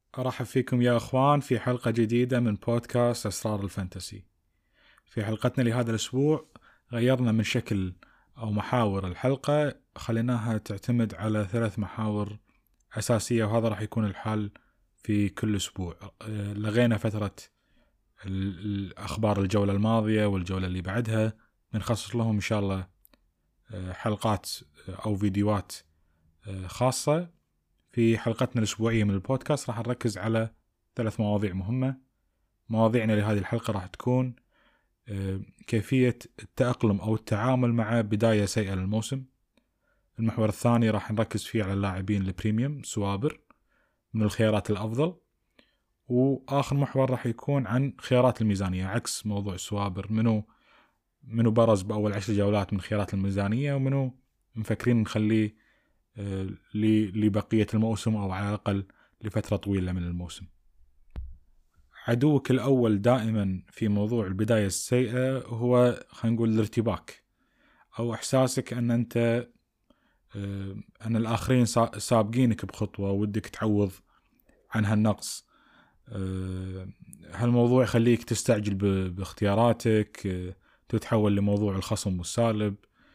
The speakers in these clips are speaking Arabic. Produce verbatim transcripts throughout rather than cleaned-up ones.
أرحب فيكم يا أخوان في حلقة جديدة من بودكاست أسرار الفانتسي. في حلقتنا لهذا الأسبوع غيرنا من شكل أو محاور الحلقة، خليناها تعتمد على ثلاث محاور أساسية، وهذا راح يكون الحال في كل أسبوع. لغينا فترة الأخبار الجولة الماضية والجولة اللي بعدها، بنخصص لهم إن شاء الله حلقات أو فيديوهات خاصة. في حلقتنا الأسبوعية من البودكاست راح نركز على ثلاث مواضيع مهمة. مواضيعنا لهذه الحلقة راح تكون كيفية التأقلم أو التعامل مع بداية سيئة للموسم. المحور الثاني راح نركز فيه على اللاعبين البريميوم سوابر من الخيارات الأفضل. وآخر محور راح يكون عن خيارات الميزانية، عكس موضوع السوابر، منو منو برز بأول عشر جولات من خيارات الميزانية ومنو مفكرين نخليه لبقية الموسم أو على الأقل لفترة طويلة من الموسم. عدوك الأول دائما في موضوع البداية السيئة هو خلينا نقول الارتباك، أو إحساسك أن أنت أن الآخرين سابقينك بخطوة ودك تعوض عن هالنقص. هالموضوع يخليك تستعجل باختياراتك، تتحول لموضوع الخصم والسالب،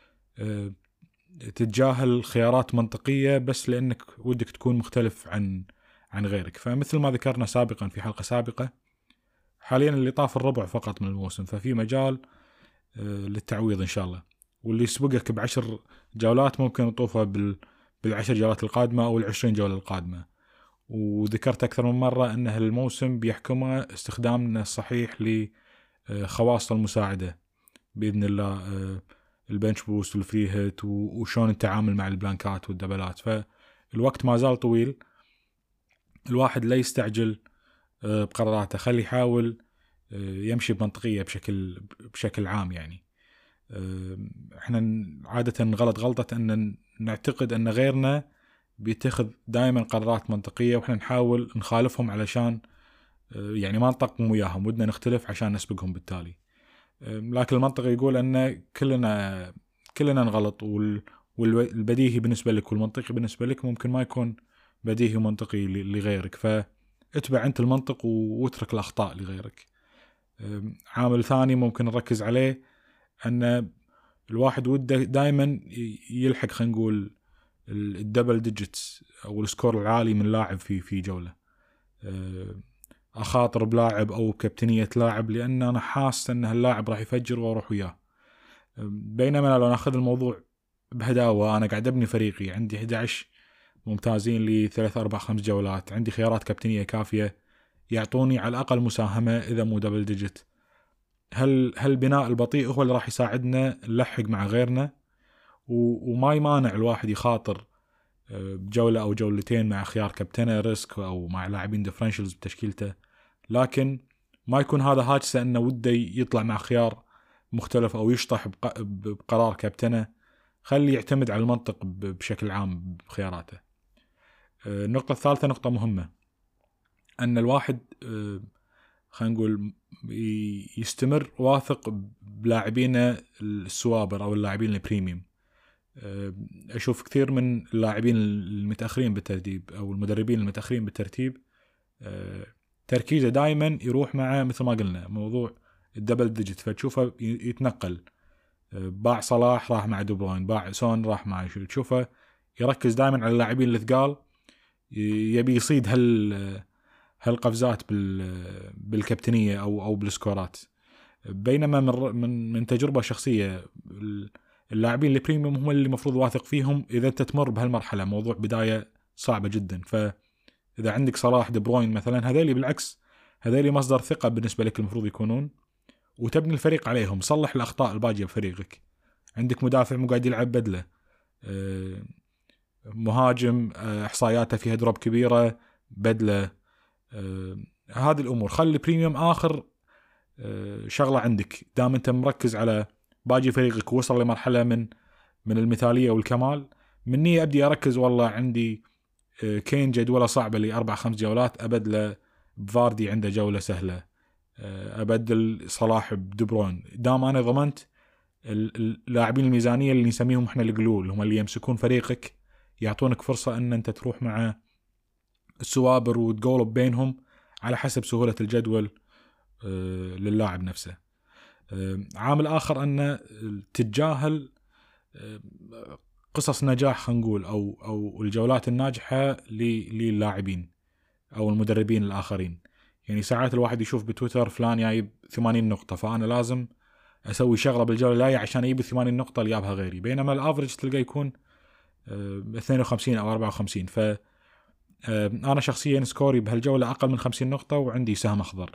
تتجاهل خيارات منطقية بس لأنك ودك تكون مختلف عن عن غيرك. فمثل ما ذكرنا سابقا في حلقة سابقة، حاليا اللي طاف الربع فقط من الموسم، ففي مجال للتعويض إن شاء الله. واللي يسبقك بعشر جولات ممكن يطوفها بالعشر جولات القادمة أو العشرين جولة القادمة. وذكرت أكثر من مرة أن الموسم بيحكمه استخدامنا الصحيح لخواص المساعدة بإذن الله، البنش بوست والفري هيت وشون التعامل مع البلانكات والدبلات. فالوقت ما زال طويل، الواحد لا يستعجل بقراراته، خلي يحاول يمشي بمنطقية بشكل بشكل عام. يعني احنا عادة غلط غلطة أن نعتقد أن غيرنا بيتخذ دائما قرارات منطقية وإحنا نحاول نخالفهم علشان يعني ما نطقم وياهم، ودنا نختلف عشان نسبقهم بالتالي. لكن المنطق يقول أن كلنا كلنا نغلط، والبديهي بالنسبة لك والمنطقي بالنسبة لك ممكن ما يكون بديهي ومنطقي لغيرك، فاتبع أنت المنطق واترك الأخطاء لغيرك. عامل ثاني ممكن نركز عليه أن الواحد وده دائما يلحق خلينا نقول الدبل ديجيتس أو السكور العالي من لاعب في في جولة. أخاطر بلاعب أو كابتنية لاعب لأن أنا حاس أن هاللاعب راح يفجر وأروح وياه، بينما لو نأخذ الموضوع بهداوة، أنا قاعد أبني فريقي، عندي أحد عشر ممتازين لي ثلاث أربع خمس جولات، عندي خيارات كابتنية كافية يعطوني على الأقل مساهمة إذا مو دبل ديجيت. هل هل بناء البطيء هو اللي راح يساعدنا نلحق مع غيرنا، وما يمانع الواحد يخاطر بجولة أو جولتين مع خيار كابتنة ريسك أو مع لاعبين ديفرنشلز بتشكيلته، لكن ما يكون هذا هاجسه أنه وده يطلع مع خيار مختلف أو يشطح بقرار كابتنة. خلي يعتمد على المنطق بشكل عام بخياراته. النقطة الثالثة نقطة مهمة، أن الواحد خلينا نقول يستمر واثق بلاعبين السوابر أو اللاعبين البريميوم. أشوف كثير من اللاعبين المتأخرين بالترتيب أو المدربين المتأخرين بالترتيب تركيزه دائما يروح مع مثل ما قلنا موضوع الدبل ديجيت، فتشوفه يتنقل، باع صلاح راح مع دي بروين، باع سون راح مع شو، تشوفه يركز دائما على اللاعبين الثقال، يبي يصيد هال هالقفزات بالكابتنية أو أو بالسكورات. بينما من من من تجربة شخصية اللاعبين البريميوم هم اللي مفروض واثق فيهم إذا أنت تمر بهالمرحلة، موضوع بداية صعبة جدا. فإذا عندك صلاح دي بروين مثلا، هذيلي بالعكس هذيلي مصدر ثقة بالنسبة لك المفروض يكونون، وتبني الفريق عليهم، صلح الأخطاء الباجية بفريقك. عندك مدافع مو قاعد يلعب بدله، مهاجم إحصائياته فيها دروب كبيرة بدله، هذه الأمور خلي بريميوم آخر شغلة عندك. دام أنت مركز على باجي فريقك وصل لمرحلة من من المثالية والكمال، مني أبدي أركز والله عندي كين جدولة صعبة لي أربع خمس جولات، أبدل بفاردي عنده جولة سهلة، أبدل صلاح بدبرون. دام أنا ضمنت اللاعبين الميزانية اللي نسميهم إحنا الجلول، هم اللي يمسكون فريقك، يعطونك فرصة أن أنت تروح مع السوابر وتقولب بينهم على حسب سهولة الجدول للاعب نفسه. عامل آخر أن تتجاهل قصص نجاح خلينا نقول أو أو الجولات الناجحة للاعبين أو المدربين الآخرين. يعني ساعات الواحد يشوف بتويتر فلان جايب ثمانين نقطة، فأنا لازم أسوي شغلة بالجولة الجاية عشان أجيب ثمانين نقطة اللي جابها غيري، بينما الأفرج تلقى يكون اثنين وخمسين أو أربعة وخمسين. ف أنا شخصيا سكوري بهالجولة أقل من خمسين نقطة وعندي سهم أخضر.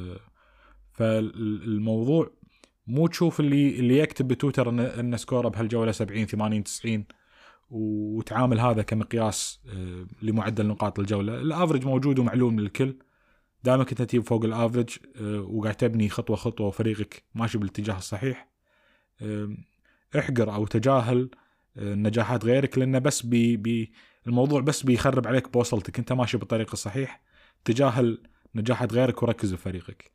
فالموضوع مو تشوف اللي اللي يكتب بتويتر ان ان سكوره بهالجوله سبعين ثمانين تسعين وتعامل هذا كمقياس لمعدل نقاط الجوله. الافرج موجود ومعلوم للكل، دائما كنت تجيب فوق الافرج وقاعد تبني خطوه خطوه وفريقك ماشي بالاتجاه الصحيح. احقر او تجاهل نجاحات غيرك، لانه بس بي بي الموضوع بس بيخرب عليك بوصلتك. انت ماشي بالطريق الصحيح، تجاهل نجاحات غيرك وركز بفريقك.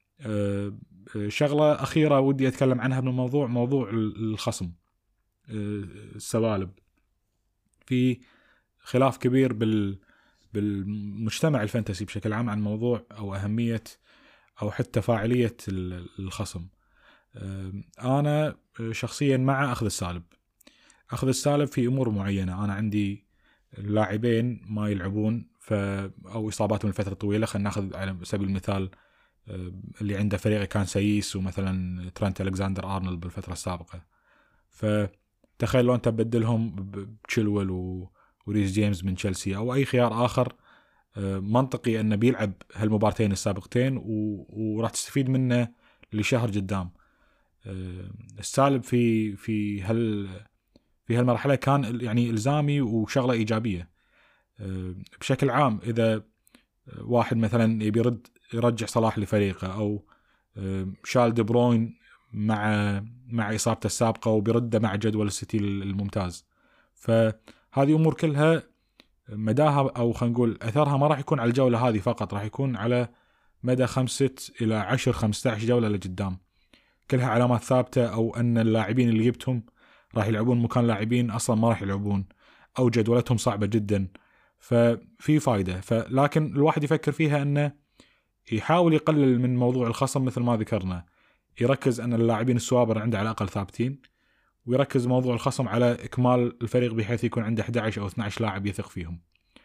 شغلة أخيرة ودي أتكلم عنها من الموضوع، موضوع الخصم السوالب. في خلاف كبير بال بالمجتمع الفانتسي بشكل عام عن موضوع أو أهمية أو حتى فاعلية الخصم. أنا شخصيا مع أخذ السالب. أخذ السالب في أمور معينة. أنا عندي لاعبين ما يلعبون ف أو إصاباتهم لفترة طويلة، خلينا نأخذ على سبيل المثال اللي عنده فريقه كان سييس ومثلا ترانت ألكساندر أرنولد بالفترة السابقة. فتخيل لو أنت بدلهم بتشيلويل وريس جيمس من تشيلسي أو أي خيار آخر منطقي أنه بيلعب هالمبارتين السابقتين وراح تستفيد منه لشهر قدام. السالب في في هال في هالمرحلة كان يعني إلزامي وشغلة إيجابية بشكل عام. إذا واحد مثلا يبي يرد يرجع صلاح لفريقه أو شال دي بروين مع مع إصابته السابقة وبيرده مع جدول السيتي الممتاز، فهذه أمور كلها مداها أو خلينا نقول أثرها ما راح يكون على الجولة هذه فقط، راح يكون على مدى خمسة إلى عشر خمسة عشر جولة لقدام. كلها علامات ثابتة، أو أن اللاعبين اللي جبتهم راح يلعبون مكان لاعبين أصلا ما راح يلعبون أو جدولتهم صعبة جدا، ففي فايدة. فلكن الواحد يفكر فيها أنه يحاول يقلل من موضوع الخصم مثل ما ذكرنا، يركز أن اللاعبين السوابر عنده على الأقل ثابتين، ويركز موضوع الخصم على إكمال الفريق بحيث يكون عنده إحدى عشر أو اثنا عشر لاعب يثق فيهم،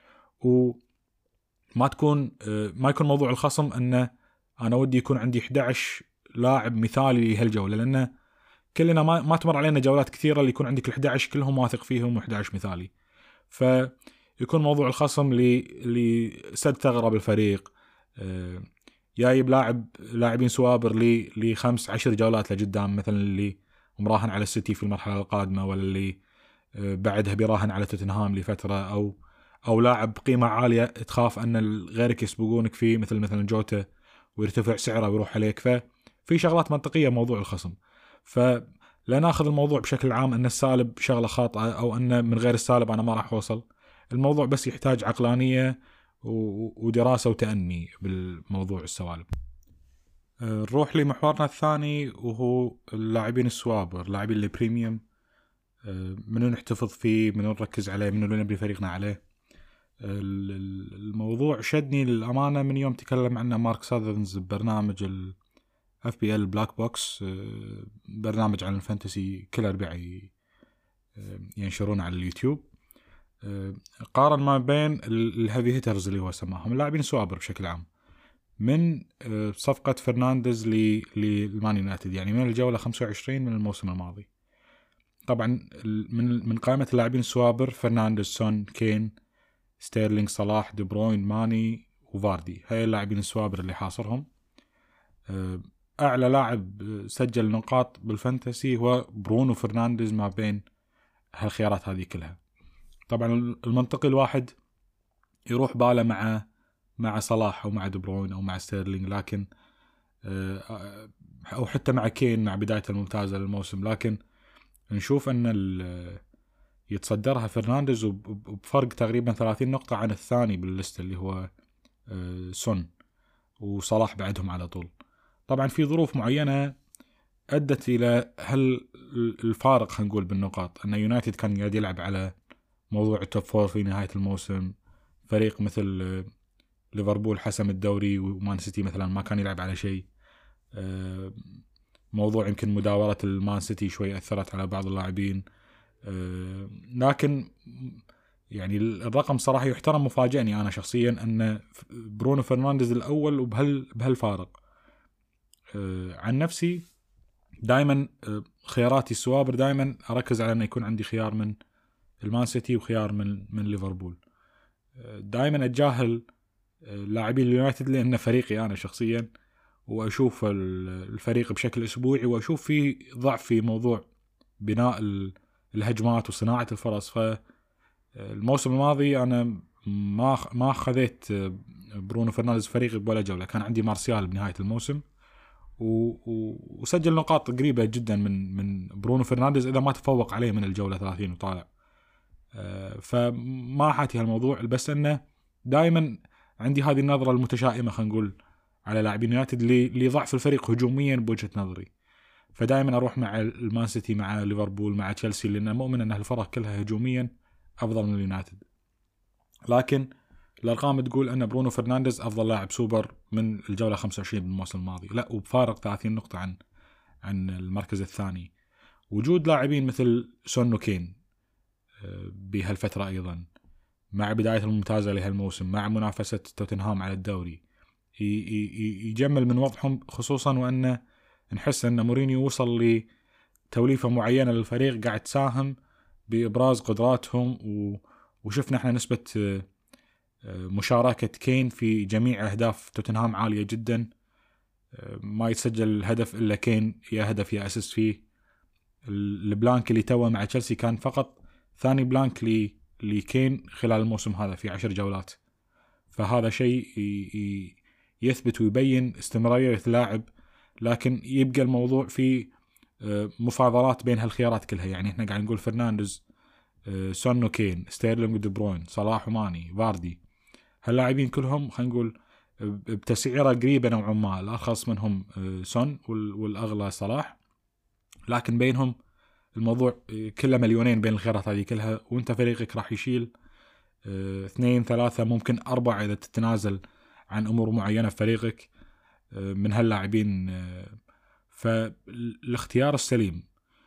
وما تكون ما يكون موضوع الخصم أنه أنا ودي يكون عندي إحدى عشر لاعب مثالي لهالجولة، لأنه كلنا ما ما تمر علينا جولات كثيرة اللي يكون عندك الإحدى عشر كلهم واثق فيهم وإحدى عشر مثالي. فيكون موضوع الخصم لسد ثغرة بالفريق، جايب لاعب لاعبين سوابر لي لخمس عشر جولات لقدام، مثلا اللي مراهن على السيتي في المرحلة القادمة، ولا اللي بعدها بيراهن على توتنهام لفترة، أو أو لاعب قيمة عالية تخاف أن غيرك يسبقونك فيه مثل مثلا جوتا ويرتفع سعره ويروح عليك. ففي شغلات منطقية موضوع الخصم. فلا ناخذ الموضوع بشكل عام أن السالب شغلة خاطئة أو أن من غير السالب أنا ما راح أوصل. الموضوع بس يحتاج عقلانية ودراسة وتأني بالموضوع السوالب. نروح لمحورنا الثاني وهو اللاعبين السوابر، اللاعبين اللي بريميوم، منو نحتفظ فيه، منو نركز عليه، منو اللي نبني فريقنا عليه. الموضوع شدني للأمانة من يوم تكلم عنه مارك ساذرنز ببرنامج ال إف بي إل بلاك بوكس، برنامج عن الفانتسي كل أربعة ينشرون على اليوتيوب. قارن ما بين الهيفي هيترز اللي هو سماهم اللاعبين السوابر بشكل عام من صفقة فرنانديز للمان يونايتد، يعني من الجولة خمسة وعشرين من الموسم الماضي. طبعا من من قائمة اللاعبين السوابر فرنانديز، سون، كين، ستيرلينغ، صلاح، دي بروين، ماني وفاردي، هاي اللاعبين السوابر اللي حاصرهم. أعلى لاعب سجل نقاط بالفانتسي هو برونو فرنانديز ما بين هالخيارات هذه كلها. طبعا المنطقي الواحد يروح باله مع مع صلاح أو مع دي بروين أو مع ستيرلينغ، لكن أو حتى مع كين مع بداية الممتازة للموسم، لكن نشوف أن يتصدرها فرنانديز وبفرق تقريبا ثلاثين نقطة عن الثاني بالليست اللي هو سون، وصلاح بعدهم على طول. طبعا في ظروف معينة أدت إلى هل الفارق هنقول بالنقاط، أن يونايتد كان قاعد يلعب على موضوع التوب فور في نهاية الموسم، فريق مثل ليفربول حسم الدوري ومان سيتي مثلا ما كان يلعب على شيء. موضوع يمكن مداورة المان سيتي شوي أثرت على بعض اللاعبين، لكن يعني الرقم صراحة يحترم. مفاجئني أنا شخصيا أن برونو فرنانديز الأول وبهال بهالفارق. عن نفسي دائما خياراتي السوابر دائما أركز على أن يكون عندي خيار من المان سيتي وخيار من من ليفربول. دائما أتجاهل لاعبين اليونايتد لأنه فريقي أنا شخصيا، وأشوف الفريق بشكل أسبوعي، وأشوف فيه ضعف في موضوع بناء الهجمات وصناعة الفرص. فالموسم الماضي أنا ما ما خذيت برونو فرنانديز فريقي بولا جولة، كان عندي مارسيال بنهاية الموسم وسجل نقاط قريبة جدا من من برونو فرنانديز إذا ما تفوق عليه من الجولة ثلاثين وطالع. فما حاتي هالموضوع، بس أنه دائما عندي هذه النظرة المتشائمة خلينا نقول على لاعبين يونايتد لضعف الفريق هجوميا بوجهة نظري. فدائما أروح مع المان سيتي مع ليفربول مع تشيلسي، لأن مؤمن أن الفرق كلها هجوميا أفضل من اليونايتد. لكن الأرقام تقول أن برونو فرنانديز أفضل لاعب سوبر من الجولة خمسة وعشرين بالموسم الماضي، لا وبفارق ثلاثين نقطة عن عن المركز الثاني. وجود لاعبين مثل سون وكين بهالفترة أيضا مع بداية الممتازة لهالموسم مع منافسة توتنهام على الدوري يجمل من وضعهم، خصوصا وأن نحس أن مورينيو وصل لتوليفة معينة للفريق قاعد تساهم بإبراز قدراتهم. وشفنا احنا نسبة مشاركة كين في جميع أهداف توتنهام عالية جدا، ما يتسجل الهدف إلا كين يا هدف يا أسيست فيه. البلانك اللي توه مع تشيلسي كان فقط ثاني بلانك لي لكين خلال الموسم هذا في عشر جولات. فهذا شيء يثبت ويبين استمرارية لاعب، لكن يبقى الموضوع في مفاضلات بين هالخيارات كلها. يعني احنا قاعد نقول فرنانديز، سون وكين، ستيرلينغ ودي بروين، صلاح وماني، فاردي، هاللاعبين كلهم خلينا نقول بتسعيرة قريبة نوعا ما. الأرخص منهم سون والأغلى صلاح، لكن بينهم الموضوع كله مليونين بين الخيارات هذه كلها، وانت فريقك راح يشيل اثنين ثلاثة ممكن أربعة إذا تتنازل عن أمور معينة في فريقك من هاللاعبين. فالاختيار السليم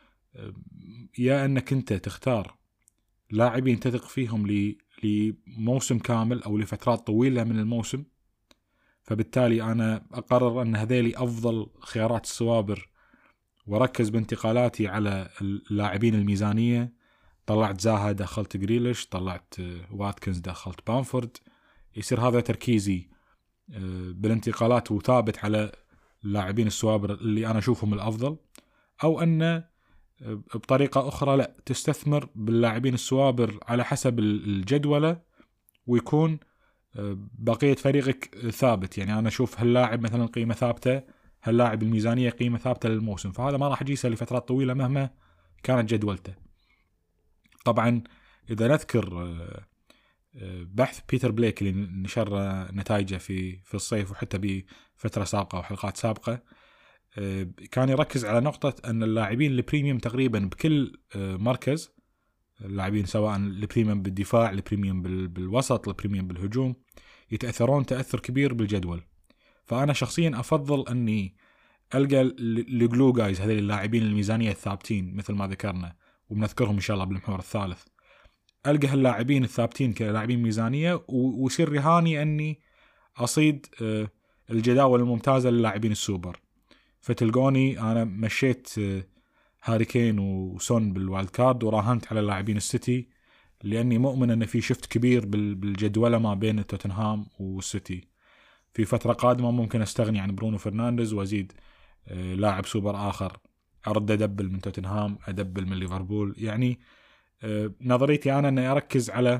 يا أنك أنت تختار لاعبين تثق فيهم لموسم كامل أو لفترات طويلة من الموسم، فبالتالي أنا أقرر أن هذيلي أفضل خيارات السوابر، وركز بانتقالاتي على اللاعبين الميزانية. طلعت زاها دخلت جريليش، طلعت واتكنز دخلت بامفورد. يصير هذا تركيزي بالانتقالات وثابت على اللاعبين السوابر اللي أنا أشوفهم الأفضل، أو أن بطريقة أخرى لا تستثمر باللاعبين السوابر على حسب الجدولة ويكون بقية فريقك ثابت. يعني أنا أشوف هاللاعب مثلا قيمة ثابتة، هاللاعب الميزانية قيمة ثابتة للموسم، فهذا ما راح يجيسه لفترات طويلة مهما كانت جدولته. طبعا إذا نذكر بحث بيتر بليك اللي نشر نتائجه في في الصيف وحتى بفترة سابقة وحلقات سابقة، كان يركز على نقطة أن اللاعبين البريميوم تقريبا بكل مركز، اللاعبين سواء البريميوم بالدفاع، البريميوم بالوسط، البريميوم بالهجوم، يتأثرون تأثر كبير بالجدول. فأنا شخصيا أفضل أني ألقى الجلو جايز، هذول اللاعبين الميزانية الثابتين مثل ما ذكرنا وبنذكرهم إن شاء الله بالمحور الثالث، ألقى هاللاعبين الثابتين كلاعبين ميزانية ويصير رهاني أني أصيد الجداول الممتازة للاعبين السوبر. فتلقوني أنا مشيت هاري كين وسون بالوايلد كارد وراهنت على اللاعبين السيتي، لأني مؤمن أن في شفت كبير بالجدولة ما بين توتنهام والسيتي. في فترة قادمة ممكن أستغني عن برونو فرنانديز وأزيد لاعب سوبر آخر، أرد أدبل من توتنهام، أدبل من ليفربول. يعني نظريتي أنا أن أركز على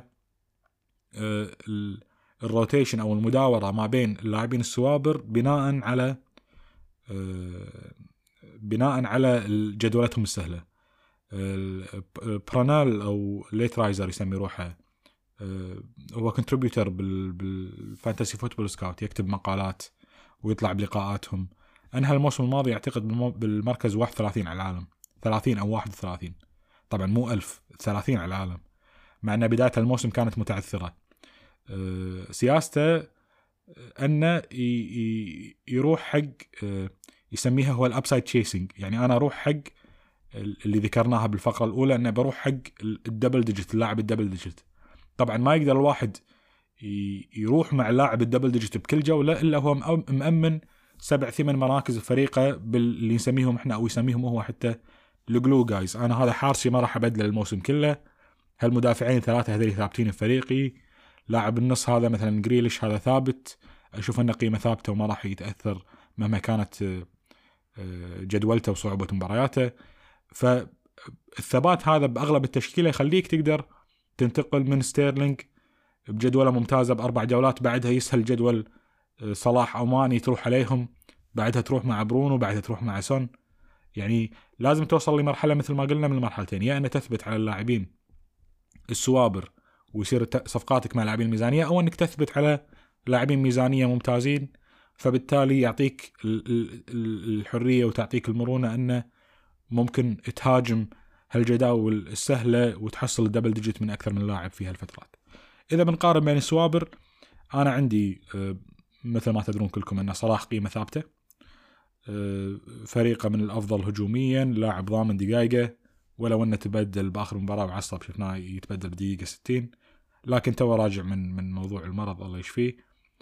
الروتيشن أو المداورة ما بين اللاعبين السوابر بناء على بناء على جدولتهم السهلة. برانال أو ليت رايزر يسمي روحه، هو كونتريبيوتر بالفانتسي فوتبول سكاوت، يكتب مقالات ويطلع بلقاءاتهم. أنهى الموسم الماضي أعتقد بالمركز واحد وثلاثين على العالم، ثلاثين أو واحد وثلاثين، طبعا مو ألف، ثلاثين على العالم، مع أن بداية الموسم كانت متعثرة. سياسته أنه يروح حق يسميها هو الأبسايد تشيسنج، يعني أنا أروح حق اللي ذكرناها بالفقرة الأولى أنه بروح حق الدبل ديجيت، اللاعب الدبل ديجيت. طبعا ما يقدر الواحد يروح مع اللاعب الدبل ديجيت بكل جولة إلا هو مأمن سبع ثمان مراكز فريقه باللي نسميهم احنا أو يسميهم هو حتى الجلو جايز. أنا هذا حارسي ما راح أبدله الموسم كله، هالمدافعين ثلاثة هذول ثابتين في فريقي، لاعب النص هذا مثلا جريليش هذا ثابت، أشوف أنه قيمة ثابتة وما راح يتأثر مهما كانت جدولته وصعوبة مبارياته. فالثبات هذا بأغلب التشكيلة يخليك تقدر تنتقل من ستيرلينج بجدولة ممتازة بأربع جولات، بعدها يسهل جدول صلاح أو ماني تروح عليهم، بعدها تروح مع برونو، بعدها تروح مع سون. يعني لازم توصل لمرحلة مثل ما قلنا من المرحلتين، يا أن تثبت على اللاعبين السوابر ويصير صفقاتك مع لاعبين ميزانية، أو أنك تثبت على لاعبين ميزانية ممتازين، فبالتالي يعطيك الحرية وتعطيك المرونة أنه ممكن تهاجم هالجداول السهلة وتحصل الدبل ديجيت من أكثر من لاعب في هالفترات. إذا بنقارن بين السوابر، أنا عندي مثل ما تدرون كلكم أن صلاح قيمة ثابتة، فريقه من الأفضل هجوميا، لاعب ضامن دقائقه، ولو أنه تبدل بآخر مباراة وعصب شفناه يتبدل بدقيقة ستين، لكن تو راجع من من موضوع المرض الله يشفيه،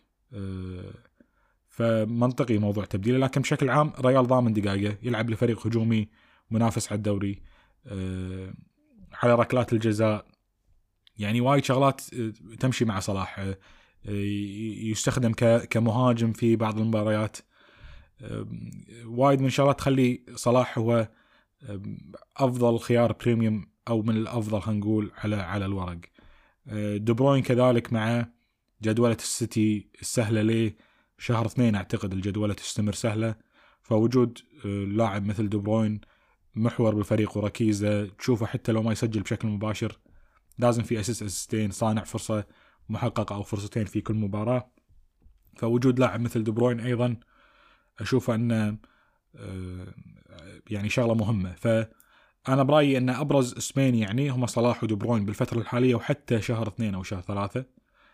فمنطقي موضوع تبديله. لكن بشكل عام ريال ضامن دقائقه، يلعب لفريق هجومي منافس على الدوري، على ركلات الجزاء، يعني وايد شغلات تمشي مع صلاح، يستخدم كمهاجم في بعض المباريات، وايد من شغلات تخلي صلاح هو أفضل خيار بريميوم أو من الأفضل هنقول على على الورق. دي بروين كذلك مع جدولة السيتي السهلة ليه شهر اثنين أعتقد الجدولة تستمر سهلة، فوجود لاعب مثل دي بروين محور بالفريق وركيزة تشوفه حتى لو ما يسجل بشكل مباشر لازم في أسيس أسيستين، صانع فرصة محققة أو فرصتين في كل مباراة. فوجود لاعب مثل دي بروين أيضا أشوفه أنه يعني شغلة مهمة. فأنا برأيي أن أبرز اسمين يعني هما صلاح ودي بروين بالفترة الحالية وحتى شهر اثنين أو شهر ثلاثة.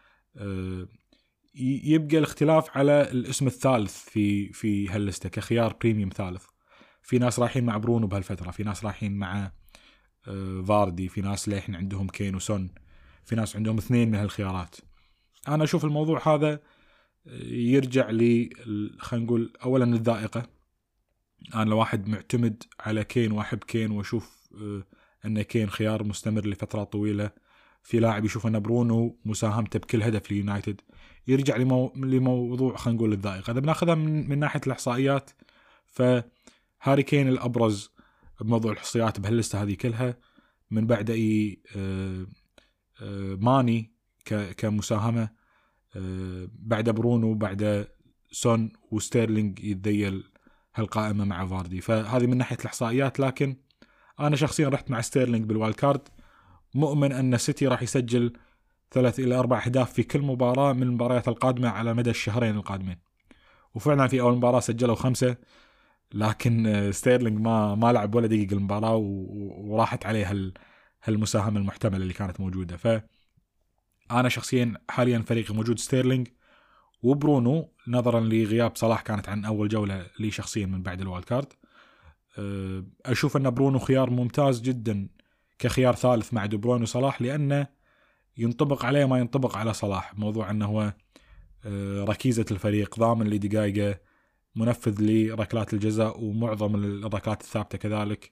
يبقى الاختلاف على الاسم الثالث في في هاللستة كخيار بريميوم ثالث. في ناس رايحين مع برونو بهالفترة، في ناس رايحين مع فاردي، في ناس ليحين عندهم كين وسون، في ناس عندهم اثنين من هالخيارات. أنا أشوف الموضوع هذا يرجع لي خلينا نقول أولا الذائقة. أنا واحد معتمد على كين وأحب كين وأشوف أن كين خيار مستمر لفترات طويلة، في لاعب يشوف أن برونو مساهمته بكل هدف ليونايتد، يرجع لمو... لموضوع خلينا نقول الذائقة. إذا بناخذها من... من ناحية الإحصائيات، فهاري كين الأبرز بموضوع الإحصائيات بهاللستة هذه كلها، من بعد أي آه... آه... ماني ك... كمساهمة، آه... بعد برونو، بعد سون وستيرلينج يتذيل هالقائمة مع فاردي. فهذه من ناحية الإحصائيات. لكن أنا شخصيا رحت مع ستيرلينج بالوايلد كارد، مؤمن أن سيتي راح يسجل ثلاث إلى أربع أهداف في كل مباراة من المباريات القادمة على مدى الشهرين القادمين. وفعلا في أول مباراة سجلوا خمسة، لكن ستيرلينج ما ما لعب ولا دقيقة المباراة وراحت عليه هال هالمساهمة المحتملة اللي كانت موجودة. فأنا شخصيا حاليا فريقي موجود ستيرلينج وبرونو، نظرا لغياب صلاح كانت عن أول جولة لي شخصيا من بعد الوايلد كارد. أشوف أن برونو خيار ممتاز جدا كخيار ثالث مع دي بروين وصلاح، لأنه ينطبق عليه ما ينطبق على صلاح، موضوع أنه هو ركيزة الفريق، ضامن لدقائقه، منفذ لركلات الجزاء ومعظم الركلات الثابتة كذلك،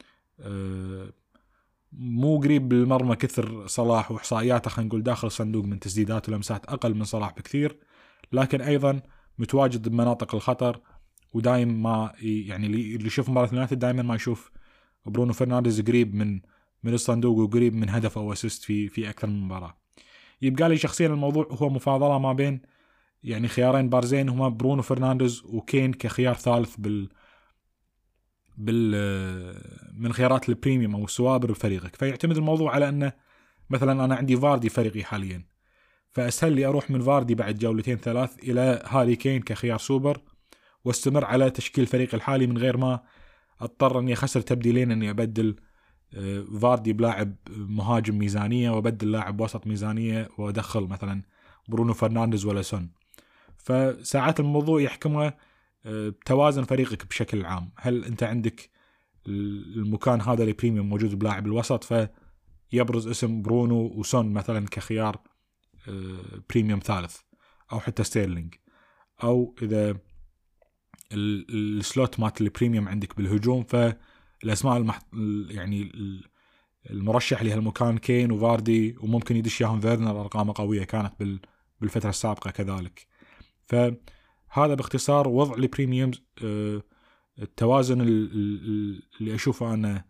مو قريب بالمرمى كثر صلاح، وإحصائياته خلينا نقول داخل الصندوق من تسديدات ولمسات أقل من صلاح بكثير، لكن أيضا متواجد بمناطق الخطر، ودايم ما يعني اللي يشوف مباراة اليونايتد دايما ما يشوف برونو فرنانديز قريب من من الصندوق وقريب من هدف أو أسيست في في أكثر من مباراة. يبقى لي شخصيا الموضوع هو مفاضلة ما بين يعني خيارين بارزين هما برونو فرنانديز وكين كخيار ثالث بال بال من خيارات البريميوم أو السوابر بفريقك. فيعتمد الموضوع على أنه مثلا أنا عندي فاردي فريقي حاليا، فأسهل لي أروح من فاردي بعد جولتين ثلاث إلى هاري كين كخيار سوبر، واستمر على تشكيل فريق الحالي من غير ما اضطر اني اخسر تبديلين، اني ابدل فاردي بلاعب مهاجم ميزانية وابدل لاعب وسط ميزانية وادخل مثلا برونو فرنانديز ولا سون. فساعات الموضوع يحكمه توازن فريقك بشكل عام. هل أنت عندك المكان هذا البريميوم موجود بلاعب الوسط فيبرز اسم برونو وسون مثلا كخيار بريميوم ثالث، أو حتى ستيرلينج، أو إذا السلوت مات البريميوم عندك بالهجوم فالأسماء المح... يعني المرشح لهالمكان كين وفاردي، وممكن يدش ياهم فيرنر، أرقامه قوية كانت بال... بالفترة السابقة كذلك. فهذا باختصار وضع البريميومز. التوازن اللي أشوفه أنا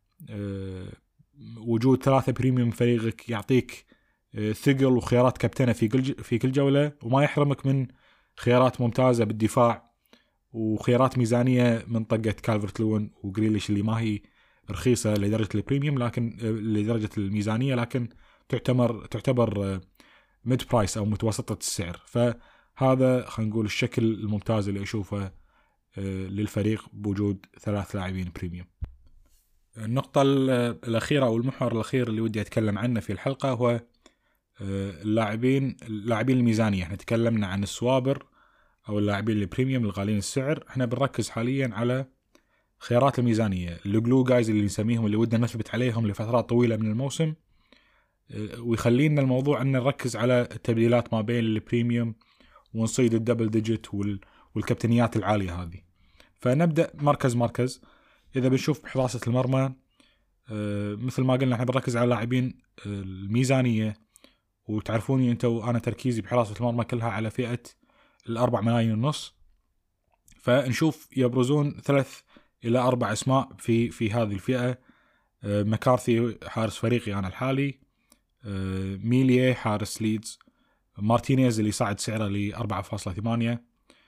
وجود ثلاثة بريميوم فريقك يعطيك ثقل وخيارات كابتنة في كل في كل جولة، وما يحرمك من خيارات ممتازة بالدفاع وخيارات ميزانية من طقة كالفرت لوين وغريليش اللي ما هي رخيصة لدرجة البريميوم لكن لدرجة الميزانية، لكن تعتبر تعتبر ميد برايس أو متوسطة السعر. فهذا خلينا نقول الشكل الممتاز اللي أشوفه للفريق بوجود ثلاث لاعبين بريميوم. النقطة الأخيرة أو المحور الأخير اللي ودي أتكلم عنه في الحلقة هو اللاعبين اللاعبين الميزانية. احنا تكلمنا عن السوابر أو اللاعبين البريميوم الغالين السعر، احنا بنركز حاليا على خيارات الميزانية، الجلو جايز اللي نسميهم، اللي ودنا نثبت عليهم لفترات طويلة من الموسم، ويخلينا الموضوع أن نركز على التبديلات ما بين البريميوم ونصيد الدبل ديجيت والكابتنيات العالية هذه. فنبدأ مركز مركز. إذا بنشوف بحراسة المرمى مثل ما قلنا احنا بنركز على لاعبين الميزانية، وتعرفوني انت وانا تركيزي بحراسة المرمى كلها على فئة الأربع ملايين ونص. فنشوف يبرزون ثلاث إلى أربع أسماء في في هذه الفئة. مكارثي حارس فريقي أنا الحالي، ميليه حارس ليدز، مارتينيز اللي صعد سعره ل أربعة فاصلة ثمانية،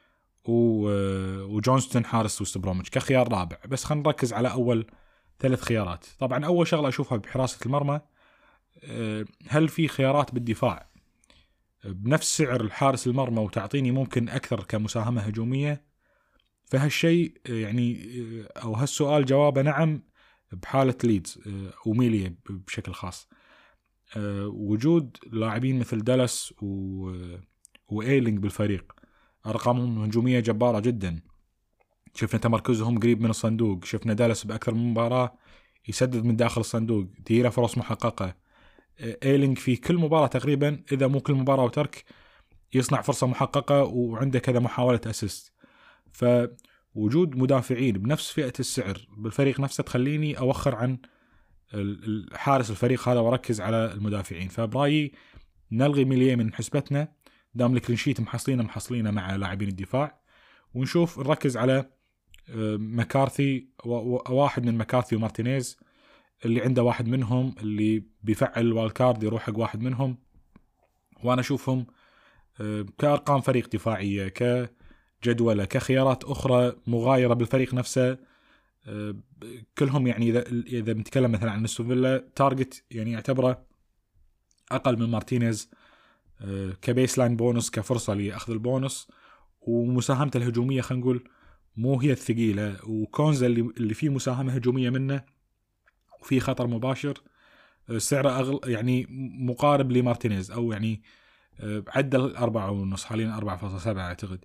وجونستون حارس وست بروميتش كخيار رابع. بس خلينا نركز على أول ثلاث خيارات. طبعا أول شغلة أشوفها بحراسة المرمى، هل في خيارات بالدفاع بنفس سعر الحارس المرمى وتعطيني ممكن أكثر كمساهمة هجومية؟ فهالشيء يعني أو هالسؤال جوابه نعم بحالة ليدز وميليه بشكل خاص. وجود لاعبين مثل دالاس وإيلينج بالفريق، أرقامهم هجومية جبارة جدا، شفنا تمركزهم قريب من الصندوق، شفنا دالاس بأكثر من مباراة يسدد من داخل الصندوق، ديره فرص محققة. إيلينج في كل مباراة تقريبا، إذا مو كل مباراة وترك، يصنع فرصة محققة وعنده كذا محاولة أسيست. فوجود مدافعين بنفس فئة السعر بالفريق نفسه تخليني أوخر عن الحارس الفريق هذا واركز على المدافعين. فبرايي نلغي ميليه من حسبتنا دام الكلينشيت محصلينه محصلينه مع لاعبين الدفاع، ونشوف نركز على مكارثي، واحد من مكارثي ومارتينيز اللي عنده واحد منهم اللي بيفعل الوالكارد يروح حق واحد منهم. وانا اشوفهم كأرقام فريق دفاعية، كجدولة، كخيارات اخرى مغايرة بالفريق نفسه، كلهم يعني اذا اذا بنتكلم مثلا عن نستوفيلا تارجت يعني يعتبره اقل من مارتينيز كبيس لاين بونص، كفرصة لأخذ البونص، ومساهمته الهجومية خلينا نقول مو هي الثقيلة، وكونزا اللي اللي فيه مساهمة هجومية منه وفيه خطر مباشر سعره أغل يعني مقارب لمارتينيز، أو يعني عدل أربعة ونص حاليا أربعة فاصلة سبعة أعتقد.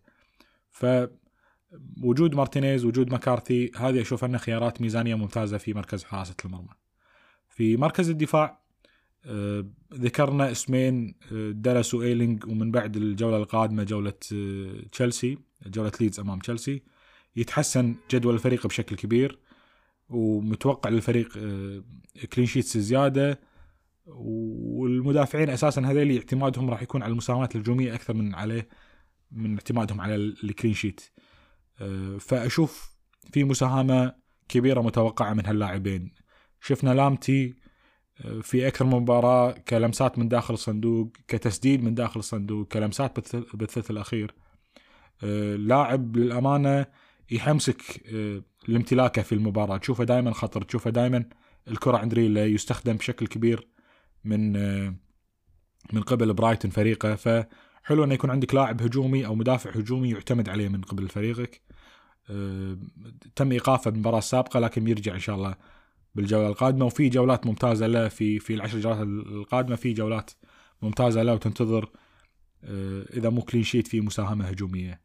فوجود مارتينيز وجود مكارثي هذه أشوف أنها خيارات ميزانية ممتازة في مركز حراسة المرمى. في مركز الدفاع أه ذكرنا اسمين، أه دالاس وإيلينج، ومن بعد الجولة القادمة جولة أه تشيلسي، جولة ليدز أمام تشيلسي، يتحسن جدول الفريق بشكل كبير، ومتوقع للفريق أه كلينشيتس زيادة، والمدافعين أساسا هذول اعتمادهم راح يكون على المساهمات الهجومية أكثر من عليه من اعتمادهم على الكلينشيت. أه فأشوف في مساهمة كبيرة متوقعة من هاللاعبين. شفنا لامتي في أكثر من مباراة كلمسات من داخل الصندوق، كتسديد من داخل الصندوق، كلمسات بالثلث الأخير. لاعب للأمانة يحمسك الامتلاكه في المباراة، تشوفه دائما خطر، تشوفه دائما الكرة عند ريله، يستخدم بشكل كبير من من قبل برايتون فريقه. فحلو أن يكون عندك لاعب هجومي أو مدافع هجومي يعتمد عليه من قبل فريقك. تم إيقافه بالمباراة السابقة لكن بيرجع إن شاء الله بالجولة القادمة، وفي جولات ممتازة له في في العشر جولات القادمة، في جولات ممتازة له وتنتظر إذا مو كلين شيت في مساهمة هجومية.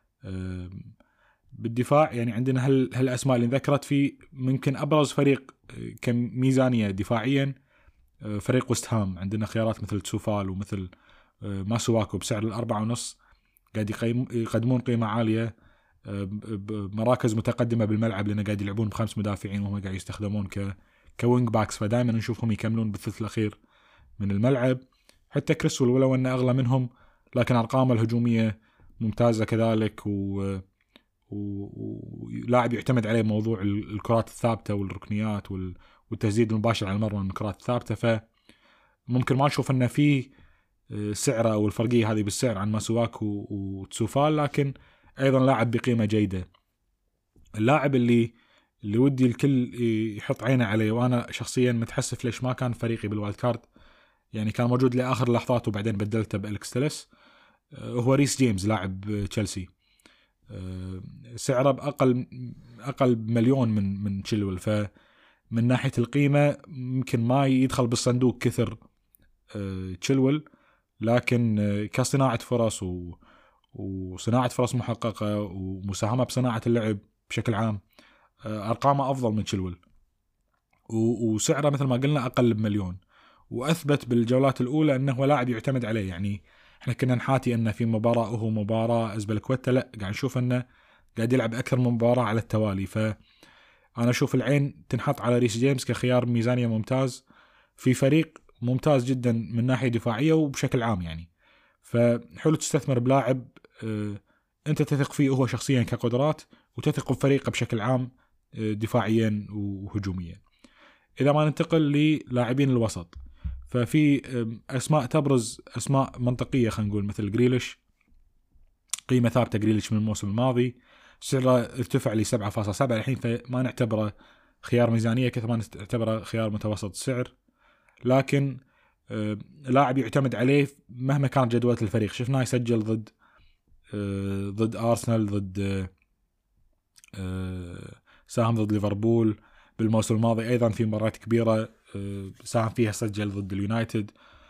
بالدفاع يعني عندنا هال هالأسماء اللي ذكرت في ممكن أبرز فريق كميزانية دفاعيا فريق وست هام. عندنا خيارات مثل تسوفال ومثل ماسواكو بسعر الأربعة ونص قاعد يقدمون قيمة عالية بمراكز متقدمة بالملعب، لأنه قاعد يلعبون بخمس مدافعين وهم قاعد يستخدمون ك كوينج باكس، فدائما نشوفهم يكملون بالثلث الأخير من الملعب. حتى كريسول ولو أنه أغلى منهم لكن أرقامه الهجومية ممتازة كذلك، و ولاعب يعتمد عليه موضوع الكرات الثابتة والركنيات والتسديد المباشر على المرمى من الكرات الثابتة. فممكن ما نشوف أنه فيه سعره أو الفرقية هذه بالسعر عن ماسواكو وتسوفال، لكن أيضا لاعب بقيمة جيدة. اللاعب اللي اللي ودي الكل يحط عينه عليه وأنا شخصيا متحسف ليش ما كان فريقي بالوايلد كارد، يعني كان موجود لآخر لحظات وبعدين بدلته بأليكس تيلس، هو ريس جيمس لاعب تشيلسي. سعره بأقل أقل بمليون من من تشيلويل، فمن ناحية القيمة ممكن ما يدخل بالصندوق كثر تشيلويل، لكن كصناعة فرص وصناعة فرص محققة ومساهمة بصناعة اللعب بشكل عام أرقامه أفضل من تشيلويل، وسعره مثل ما قلنا أقل بمليون، وأثبت بالجولات الأولى أنه لاعب يعتمد عليه. يعني احنا كنا نحاتي أنه في مباراة وهو مباراة أزبلكويتا، لا قاعد نشوف أنه قاعد يلعب أكثر من مباراة على التوالي. فأنا أشوف العين تنحط على ريس جيمس كخيار ميزانية ممتاز في فريق ممتاز جدا من ناحية دفاعية وبشكل عام يعني. فحلو تستثمر بلاعب اه أنت تثق فيه هو شخصيا كقدرات، وتثق بفريقه بشكل عام دفاعيا وهجوميا. إذا ما ننتقل للاعبين الوسط، ففي أسماء تبرز، أسماء منطقية خلينا نقول مثل جريليش، قيمة ثابتة جريليش من الموسم الماضي، سعره ارتفع ل سبعة فاصلة سبعة الحين، فما نعتبره خيار ميزانية كثر ما نعتبره خيار متوسط السعر، لكن لاعب يعتمد عليه مهما كانت جدولة الفريق. شفناه يسجل ضد ضد أرسنال، ضد ساهم ضد ليفربول بالموسم الماضي، أيضا في مباريات كبيرة ساهم فيها سجل ضد اليونايتد.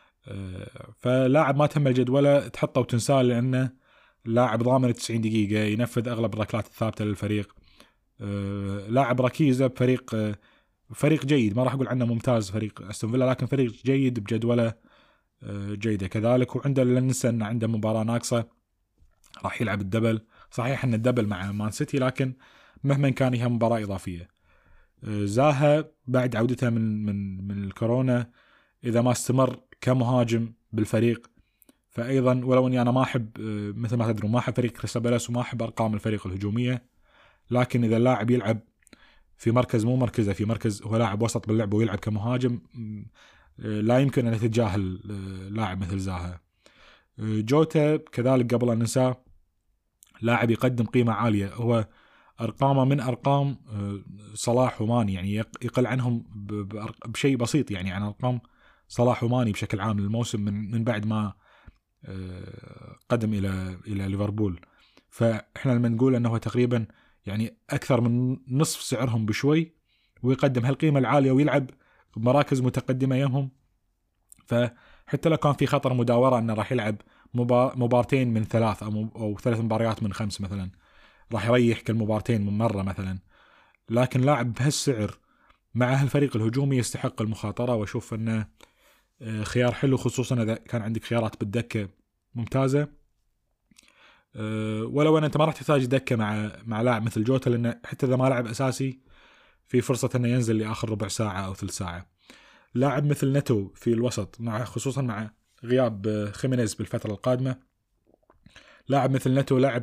فلاعب ما تهم الجدولة تحطه وتنساه، لأنه لاعب ضامن تسعين دقيقة، ينفذ أغلب الركلات الثابتة للفريق، لاعب ركيزة بفريق فريق جيد، ما راح أقول عنه ممتاز فريق أستون فيلا، لكن فريق جيد بجدولة جيدة كذلك. وعنده لا ننسى أن عنده مباراة ناقصة راح يلعب الدبل، صحيح أن الدبل مع مان سيتي لكن مهما كان هي مباراة إضافية. زاها بعد عودته من من من الكورونا إذا ما استمر كمهاجم بالفريق، فأيضا ولو أني أنا ما أحب مثل ما تدرون ما أحب فريق كريستال بالاس وما أحب أرقام الفريق الهجومية، لكن إذا اللاعب يلعب في مركز مو مركزه، في مركز هو لاعب وسط باللعب ويلعب كمهاجم، لا يمكن أن نتجاهل لاعب مثل زاها. جوتا كذلك قبل أن ننساه لاعب يقدم قيمة عالية، هو أرقامه من أرقام صلاح وماني، يعني يقل عنهم بشيء بسيط يعني عن أرقام صلاح وماني بشكل عام الموسم من من بعد ما قدم إلى إلى ليفربول. فإحنا لما نقول أنه تقريبا يعني أكثر من نصف سعرهم بشوي ويقدم هالقيمة العالية ويلعب بمراكز متقدمة يمهم، فحتى لو كان في خطر مداورة أنه راح يلعب مبارتين من ثلاث أو, أو ثلاث مباريات من خمس مثلا، راح يريح كل مبارتين من مرة مثلا، لكن لاعب بهالسعر مع هالفريق الهجومي يستحق المخاطرة، وأشوف أنه خيار حلو، خصوصا إذا كان عندك خيارات بالدكة ممتازة. ولو أن أنت ما راح تحتاج دكة مع مع لاعب مثل جوتا، لأنه حتى إذا ما لعب أساسي في فرصة أنه ينزل لآخر ربع ساعة أو ثلث ساعة. لاعب مثل نتو في الوسط، مع خصوصا مع غياب خيمينيز بالفترة القادمة، لاعب مثل نتو لاعب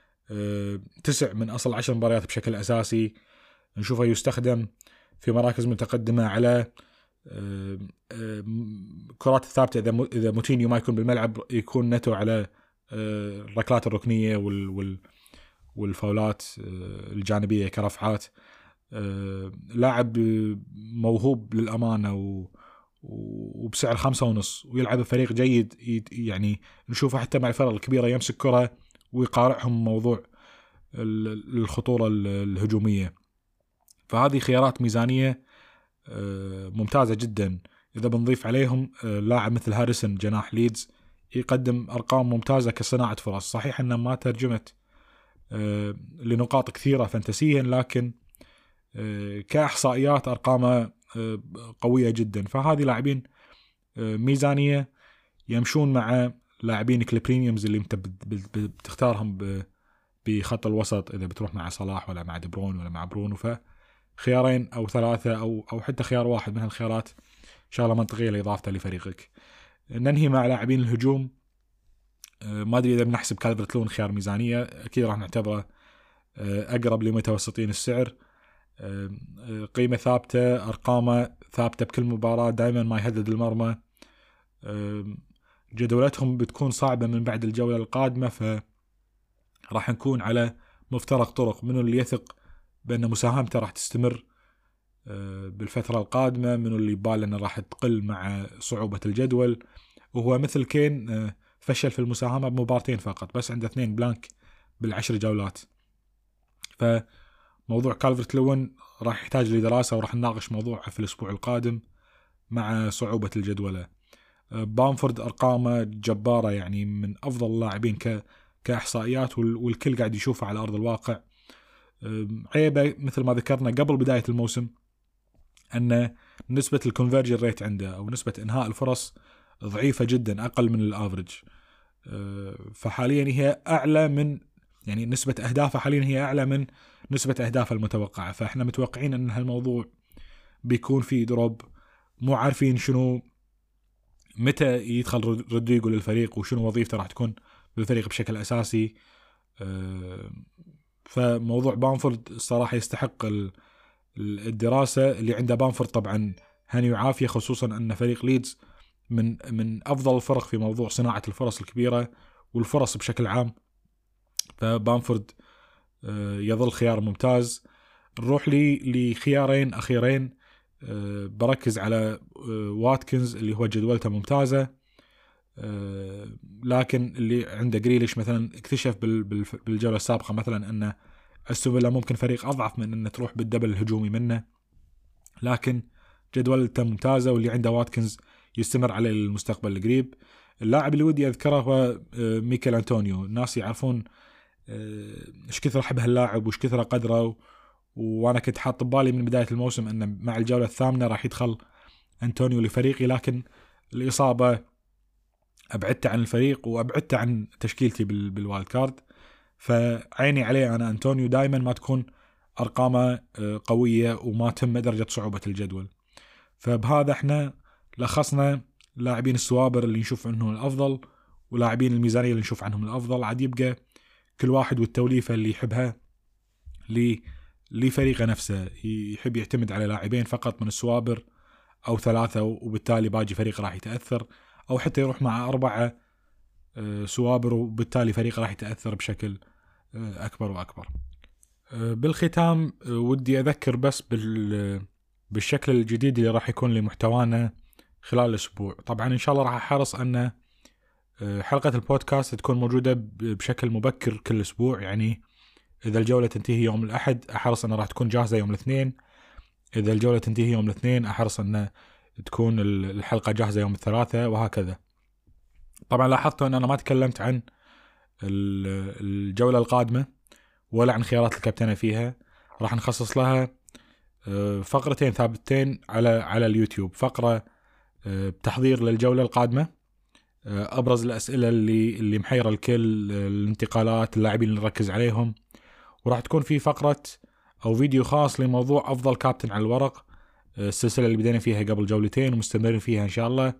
تسع من أصل عشر مباريات بشكل أساسي، نشوفه يستخدم في مراكز متقدمة على كرات الثابتة. إذا إذا موتينيو ما يكون بالملعب يكون نتو على الركلات الركنية والفاولات الجانبية كرفعات. لاعب موهوب للأمانة وبسعر خمسة ونص، ويلعب بفريق جيد، يعني نشوفه حتى مع الفرق الكبيرة يمسك كرة ويقارعهم موضوع الخطورة الهجومية. فهذه خيارات ميزانية ممتازة جدا. إذا بنضيف عليهم لاعب مثل هاريسون جناح ليدز يقدم أرقام ممتازة كصناعة فرص. صحيح أنه ما ترجمت لنقاط كثيرة فانتسيا، لكن كإحصائيات أرقامه قوية جدا. فهذه لاعبين ميزانية يمشون مع لاعبينك البريميومز اللي انت بتختارهم بخط الوسط، إذا بتروح مع صلاح ولا مع دي بروين ولا مع برونو، فخيارين أو ثلاثة أو أو حتى خيار واحد من هالخيارات شغلة منطقية لإضافته لفريقك. ننهي مع لاعبين الهجوم. ما أدري إذا بنحسب كالفرت لون خيار ميزانية، أكيد راح نعتبره أقرب لمتوسطين السعر. قيمة ثابتة، أرقامه ثابتة بكل مباراة، دائما ما يهدد المرمى. جدولتهم بتكون صعبة من بعد الجولة القادمة، فراح نكون على مفترق طرق منه اللي يثق بأن مساهمته راح تستمر بالفترة القادمة، منه اللي يبال أنه راح تقل مع صعوبة الجدول. وهو مثل كين فشل في المساهمة بمبارتين فقط، بس عنده اثنين بلانك بالعشر جولات. فموضوع كالفرت لوين راح يحتاج لدراسة، وراح نناقش موضوعه في الأسبوع القادم مع صعوبة الجدولة. بامفورد أرقامه جبارة، يعني من أفضل اللاعبين ك كإحصائيات، والكل قاعد يشوفه على أرض الواقع. عيبه مثل ما ذكرنا قبل بداية الموسم أن نسبة الكونفرجن ريت عنده أو نسبة إنهاء الفرص ضعيفة جدا، أقل من الافرج. فحاليا هي أعلى من يعني نسبة أهدافه حاليا هي أعلى من نسبة أهدافه المتوقعة. فإحنا متوقعين أن هالموضوع بيكون فيه دروب، مو عارفين شنو متى يدخل رودريغو للفريق وشنو وظيفته راح تكون بالفريق بشكل أساسي. فموضوع بامفورد الصراحة يستحق الدراسة اللي عنده بامفورد. طبعا هني وعافية، خصوصا أن فريق ليدز من من أفضل الفرق في موضوع صناعة الفرص الكبيرة والفرص بشكل عام. فبامفورد يظل خيار ممتاز. نروح لي لخيارين أخيرين. بركز على واتكنز اللي هو جدولته ممتازة، لكن اللي عنده جريليش مثلا اكتشف بالجولة السابقة مثلا أن أستون فيلا ممكن فريق أضعف من أن تروح بالدبل الهجومي منه، لكن جدولته ممتازة. واللي عنده واتكنز يستمر عليه للمستقبل القريب. اللاعب اللي ودي أذكره هو ميكيل أنطونيو. الناس يعرفون إيش كثر أحب هاللاعب وإيش كثر قدره، وأنا كنت حاط ببالي من بداية الموسم أن مع الجولة الثامنة راح يدخل أنطونيو لفريقي، لكن الإصابة أبعدت عن الفريق وأبعدت عن تشكيلتي بالوالد كارد. فعيني عليه أنا أنطونيو دائما ما تكون أرقامه قوية وما تم درجة صعوبة الجدول. فبهذا احنا لخصنا لاعبين السوابر اللي نشوف عنهم الأفضل ولاعبين الميزانية اللي نشوف عنهم الأفضل. عاد يبقى كل واحد والتوليفة اللي يحبها لفريقه نفسه. يحب يعتمد على لاعبين فقط من السوابر أو ثلاثة وبالتالي باقي فريق راح يتأثر، أو حتى يروح مع أربعة سوابر وبالتالي فريق راح يتأثر بشكل أكبر وأكبر. بالختام ودي أذكر بس بالشكل الجديد اللي راح يكون لمحتوانا خلال الأسبوع. طبعا إن شاء الله راح أحرص أن حلقة البودكاست تكون موجودة بشكل مبكر كل أسبوع. يعني إذا الجولة تنتهي يوم الأحد أحرص أنها راح تكون جاهزة يوم الاثنين، إذا الجولة تنتهي يوم الاثنين أحرص أن تكون الحلقة جاهزة يوم الثلاثاء، وهكذا. طبعا لاحظت أن أنا ما تكلمت عن الجولة القادمة ولا عن خيارات الكابتنة فيها. راح نخصص لها فقرتين ثابتين على على اليوتيوب. فقرة بتحضير للجولة القادمة، أبرز الأسئلة اللي اللي محيرة الكل، الانتقالات، اللاعبين اللي نركز عليهم. وراح تكون في فقرة أو فيديو خاص لموضوع أفضل كابتن على الورق، السلسلة اللي بدينا فيها قبل جولتين ومستمرين فيها إن شاء الله.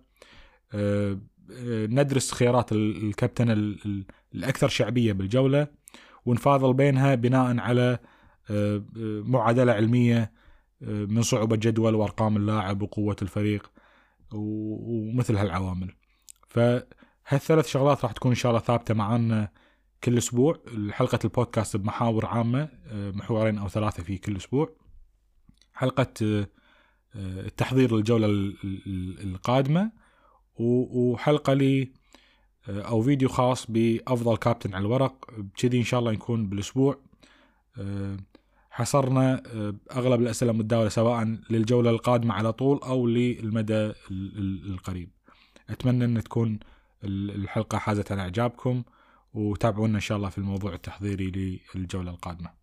ندرس خيارات الكابتن الأكثر شعبية بالجولة ونفاضل بينها بناء على معادلة علمية من صعوبة جدول وأرقام اللاعب وقوة الفريق ومثل هالعوامل. فهالثلاث شغلات راح تكون إن شاء الله ثابتة معنا كل أسبوع. حلقة البودكاست بمحاور عامة، محورين أو ثلاثة في كل أسبوع. حلقة التحضير للجولة القادمة، وحلقة لي أو فيديو خاص بأفضل كابتن على الورق. بكذي إن شاء الله يكون بالأسبوع حصرنا أغلب الأسئلة المتداولة سواء للجولة القادمة على طول أو للمدى القريب. أتمنى أن تكون الحلقة حازت على إعجابكم، وتابعونا إن شاء الله في الموضوع التحضيري للجولة القادمة.